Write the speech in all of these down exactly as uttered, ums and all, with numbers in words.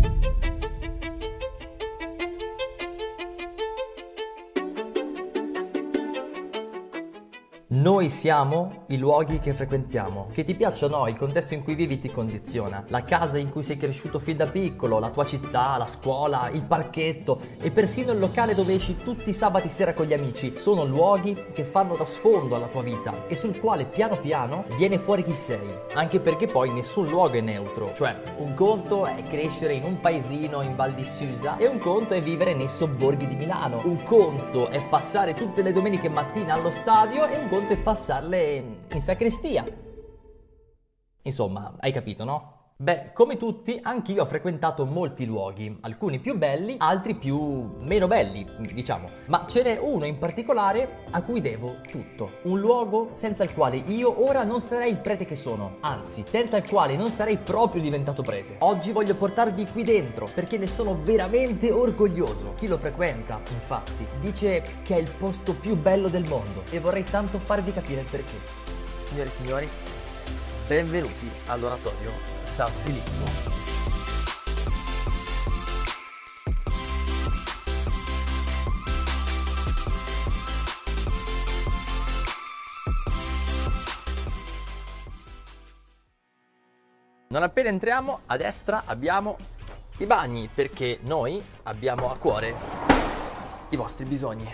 Noi siamo i luoghi che frequentiamo. Che ti piaccia o no, il contesto in cui vivi ti condiziona. La casa in cui sei cresciuto fin da piccolo, la tua città, la scuola, il parchetto e persino il locale dove esci tutti i sabati sera con gli amici sono luoghi che fanno da sfondo alla tua vita e sul quale piano piano viene fuori chi sei. Anche perché poi nessun luogo è neutro. Cioè, un conto è crescere in un paesino in Val di Susa e un conto è vivere nei sobborghi di Milano. Un conto è passare tutte le domeniche mattina allo stadio e un conto è passarle in sacrestia. Insomma, hai capito, no? Beh, come tutti, anch'io ho frequentato molti luoghi, alcuni più belli, altri più meno belli, diciamo. Ma ce n'è uno in particolare a cui devo tutto. Un luogo senza il quale io ora non sarei il prete che sono, anzi, senza il quale non sarei proprio diventato prete. Oggi voglio portarvi qui dentro, perché ne sono veramente orgoglioso. Chi lo frequenta, infatti, dice che è il posto più bello del mondo e vorrei tanto farvi capire il perché. Signore e signori, benvenuti all'oratorio San Filippo. Non appena entriamo, a destra abbiamo i bagni, perché noi abbiamo a cuore i vostri bisogni.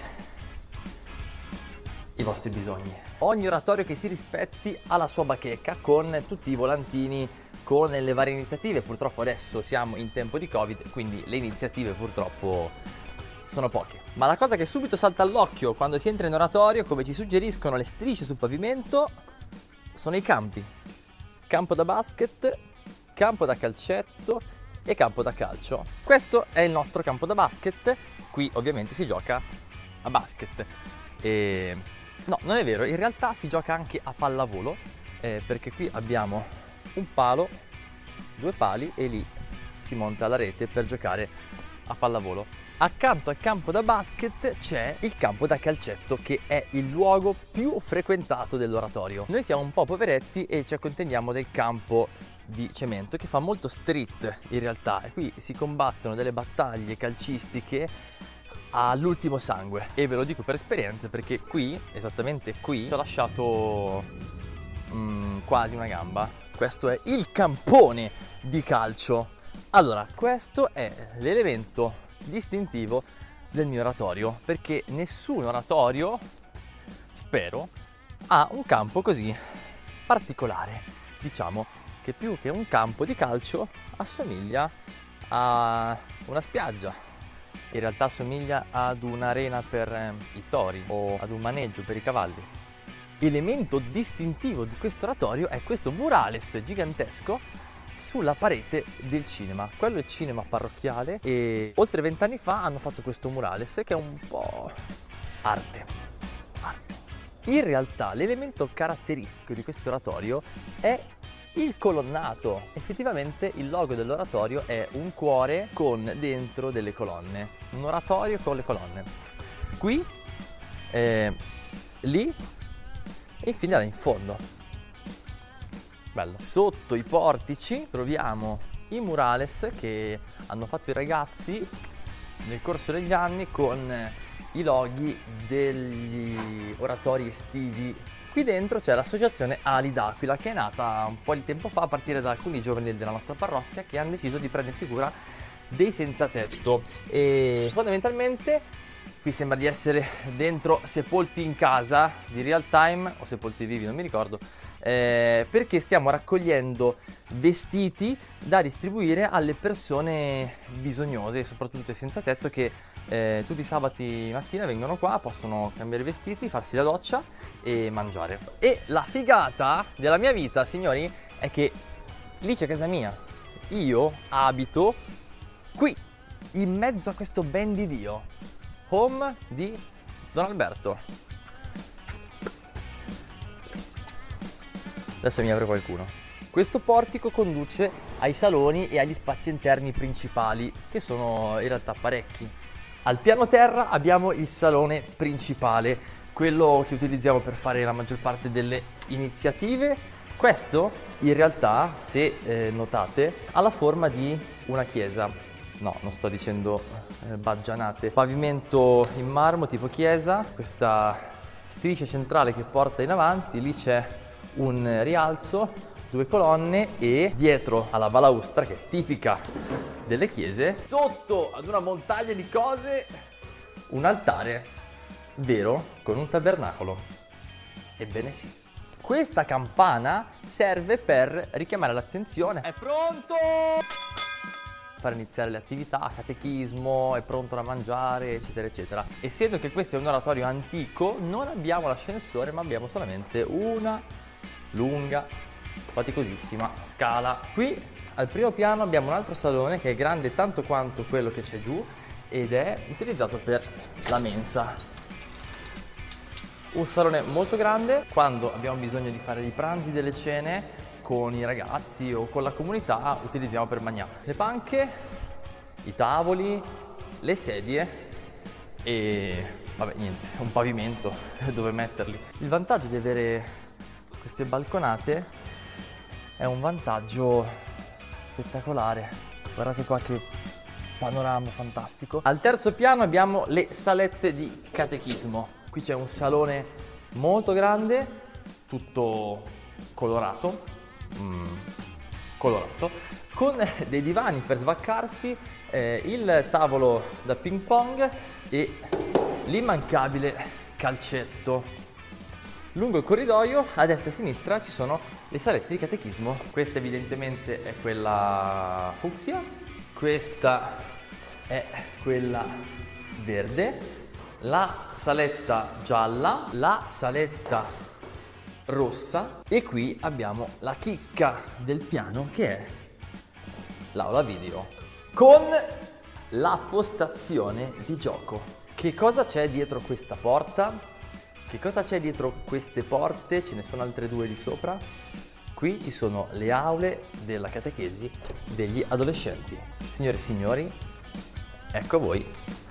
I vostri bisogni. Ogni oratorio che si rispetti ha la sua bacheca con tutti i volantini, con le varie iniziative. Purtroppo adesso siamo in tempo di Covid, quindi le iniziative purtroppo sono poche. Ma la cosa che subito salta all'occhio quando si entra in oratorio, come ci suggeriscono le strisce sul pavimento, sono i campi. Campo da basket, campo da calcetto e campo da calcio. Questo è il nostro campo da basket. Qui ovviamente si gioca a basket. E... no, non è vero, in realtà si gioca anche a pallavolo, eh, perché qui abbiamo un palo, due pali e lì si monta la rete per giocare a pallavolo. Accanto al campo da basket c'è il campo da calcetto, che è il luogo più frequentato dell'oratorio. Noi siamo un po' poveretti e ci accontentiamo del campo di cemento, che fa molto street in realtà, e qui si combattono delle battaglie calcistiche all'ultimo sangue, e ve lo dico per esperienza perché qui, esattamente qui, ho lasciato mm, quasi una gamba. Questo è il campone di calcio. Allora, questo è l'elemento distintivo del mio oratorio, perché nessun oratorio, spero, ha un campo così particolare. Diciamo che più che un campo di calcio assomiglia a una spiaggia. In realtà assomiglia ad un'arena per eh, i tori o ad un maneggio per i cavalli. Elemento distintivo di questo oratorio è questo murales gigantesco sulla parete del cinema. Quello è il cinema parrocchiale e oltre vent'anni fa hanno fatto questo murales che è un po' arte. arte. In realtà l'elemento caratteristico di questo oratorio è il colonnato. Effettivamente il logo dell'oratorio è un cuore con dentro delle colonne. Un oratorio con le colonne. Qui, eh, lì e infine là in fondo. Bello. Sotto i portici troviamo i murales che hanno fatto i ragazzi nel corso degli anni con i loghi degli oratori estivi. Qui dentro c'è l'associazione Ali d'Aquila, che è nata un po' di tempo fa a partire da alcuni giovani della nostra parrocchia che hanno deciso di prendersi cura dei senza tetto. E fondamentalmente qui sembra di essere dentro sepolti in casa di Real Time o sepolti vivi, non mi ricordo, eh, perché stiamo raccogliendo vestiti da distribuire alle persone bisognose, soprattutto ai senza tetto, che Eh, tutti i sabati mattina vengono qua, possono cambiare vestiti, farsi la doccia e mangiare. E la figata della mia vita, signori, è che lì c'è casa mia. Io abito qui, in mezzo a questo ben di Dio, home di Don Alberto. Adesso mi apre qualcuno. Questo portico conduce ai saloni e agli spazi interni principali, che sono in realtà parecchi. Al piano terra abbiamo il salone principale, quello che utilizziamo per fare la maggior parte delle iniziative, Questo in realtà, se eh, notate, ha la forma di una chiesa. No, non sto dicendo eh, baggianate. Pavimento in marmo tipo chiesa, questa striscia centrale che porta in avanti, lì c'è un rialzo, due colonne e dietro alla balaustra, che è tipica delle chiese, sotto ad una montagna di cose, un altare vero con un tabernacolo. Ebbene sì. Questa campana serve per richiamare l'attenzione. È pronto! Far iniziare le attività, catechismo, è pronto da mangiare, eccetera, eccetera. Essendo che questo è un oratorio antico, non abbiamo l'ascensore, ma abbiamo solamente una lunga, faticosissima scala. Qui al primo piano abbiamo un altro salone che è grande tanto quanto quello che c'è giù ed è utilizzato per la mensa. Un salone molto grande. Quando abbiamo bisogno di fare i pranzi, delle cene con i ragazzi o con la comunità, utilizziamo per mangiare le panche, i tavoli, le sedie e vabbè niente, un pavimento dove metterli. Il vantaggio di avere queste balconate è un vantaggio spettacolare. Guardate qua che panorama fantastico. Al terzo piano abbiamo le salette di catechismo. Qui c'è un salone molto grande, tutto colorato, mm, colorato, con dei divani per svaccarsi, eh, il tavolo da ping pong e l'immancabile calcetto. Lungo il corridoio, a destra e a sinistra, ci sono le salette di catechismo. Questa evidentemente è quella fucsia, questa è quella verde, la saletta gialla, la saletta rossa e qui abbiamo la chicca del piano che è l'aula video con la postazione di gioco. Che cosa c'è dietro questa porta? Che cosa c'è dietro queste porte? Ce ne sono altre due di sopra. Qui ci sono le aule della catechesi degli adolescenti. Signore e signori, ecco a voi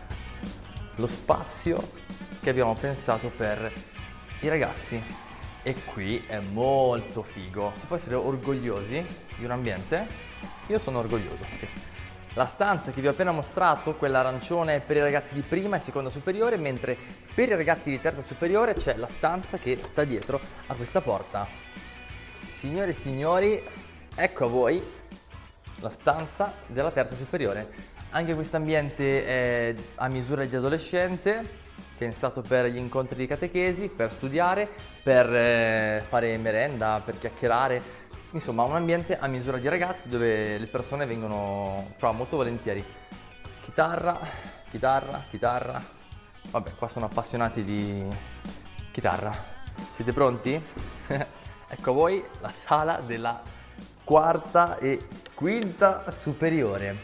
lo spazio che abbiamo pensato per i ragazzi. E qui è molto figo. Si può essere orgogliosi di un ambiente? Io sono orgoglioso, sì. La stanza che vi ho appena mostrato, quella arancione, è per i ragazzi di prima e seconda superiore, mentre per i ragazzi di terza superiore c'è la stanza che sta dietro a questa porta. Signore e signori, ecco a voi la stanza della terza superiore. Anche questo ambiente è a misura di adolescente, pensato per gli incontri di catechesi, per studiare, per eh, fare merenda, per chiacchierare. Insomma, un ambiente a misura di ragazzi dove le persone vengono qua molto volentieri. Chitarra, chitarra, chitarra. Vabbè, qua sono appassionati di chitarra. Siete pronti? Ecco a voi la sala della quarta e quinta superiore.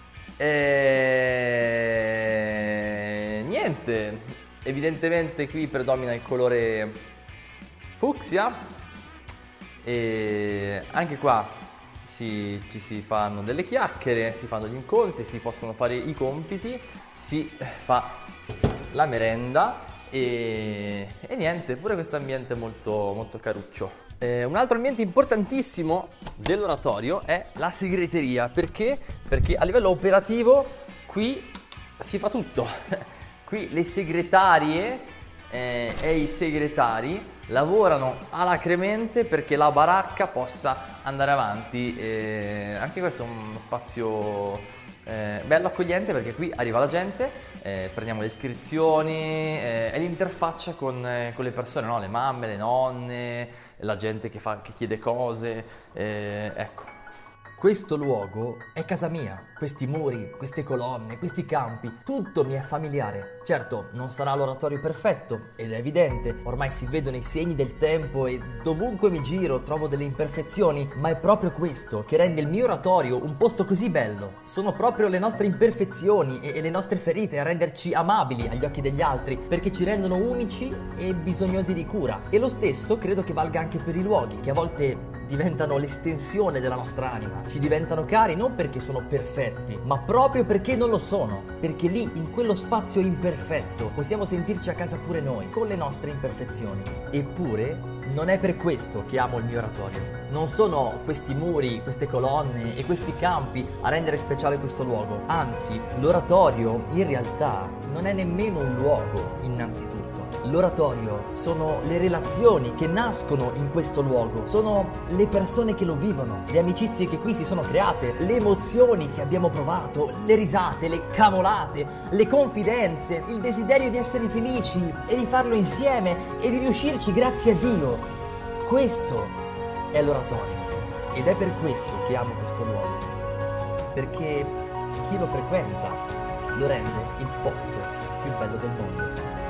E niente, evidentemente qui predomina il colore fucsia e anche qua si, ci si fanno delle chiacchiere, si fanno gli incontri, si possono fare i compiti, si fa la merenda e, e niente, pure questo ambiente è molto, molto caruccio. Eh, un altro ambiente importantissimo dell'oratorio è la segreteria. Perché? Perché a livello operativo qui si fa tutto. Qui le segretarie eh, e i segretari lavorano alacremente perché la baracca possa andare avanti. Eh, anche questo è uno spazio eh, bello accogliente perché qui arriva la gente, eh, prendiamo le iscrizioni, eh, è l'interfaccia con, eh, con le persone, no? Le mamme, le nonne, la gente che, fa, che chiede cose, eh, ecco. Questo luogo è casa mia, questi muri, queste colonne, questi campi, tutto mi è familiare. Certo, non sarà l'oratorio perfetto, ed è evidente, ormai si vedono i segni del tempo e dovunque mi giro trovo delle imperfezioni, ma è proprio questo che rende il mio oratorio un posto così bello. Sono proprio le nostre imperfezioni e, e le nostre ferite a renderci amabili agli occhi degli altri, perché ci rendono unici e bisognosi di cura. E lo stesso credo che valga anche per i luoghi, che a volte diventano l'estensione della nostra anima. Ci diventano cari non perché sono perfetti, ma proprio perché non lo sono. Perché lì, in quello spazio imperfetto, possiamo sentirci a casa pure noi, con le nostre imperfezioni. Eppure, Non è per questo che amo il mio oratorio. Non sono questi muri, queste colonne e questi campi a rendere speciale questo luogo. Anzi, l'oratorio in realtà non è nemmeno un luogo, innanzitutto. L'oratorio sono le relazioni che nascono in questo luogo, sono le persone che lo vivono, le amicizie che qui si sono create, le emozioni che abbiamo provato, le risate, le cavolate, le confidenze, il desiderio di essere felici e di farlo insieme e di riuscirci grazie a Dio. Questo è l'oratorio ed è per questo che amo questo luogo, perché chi lo frequenta lo rende il posto più bello del mondo.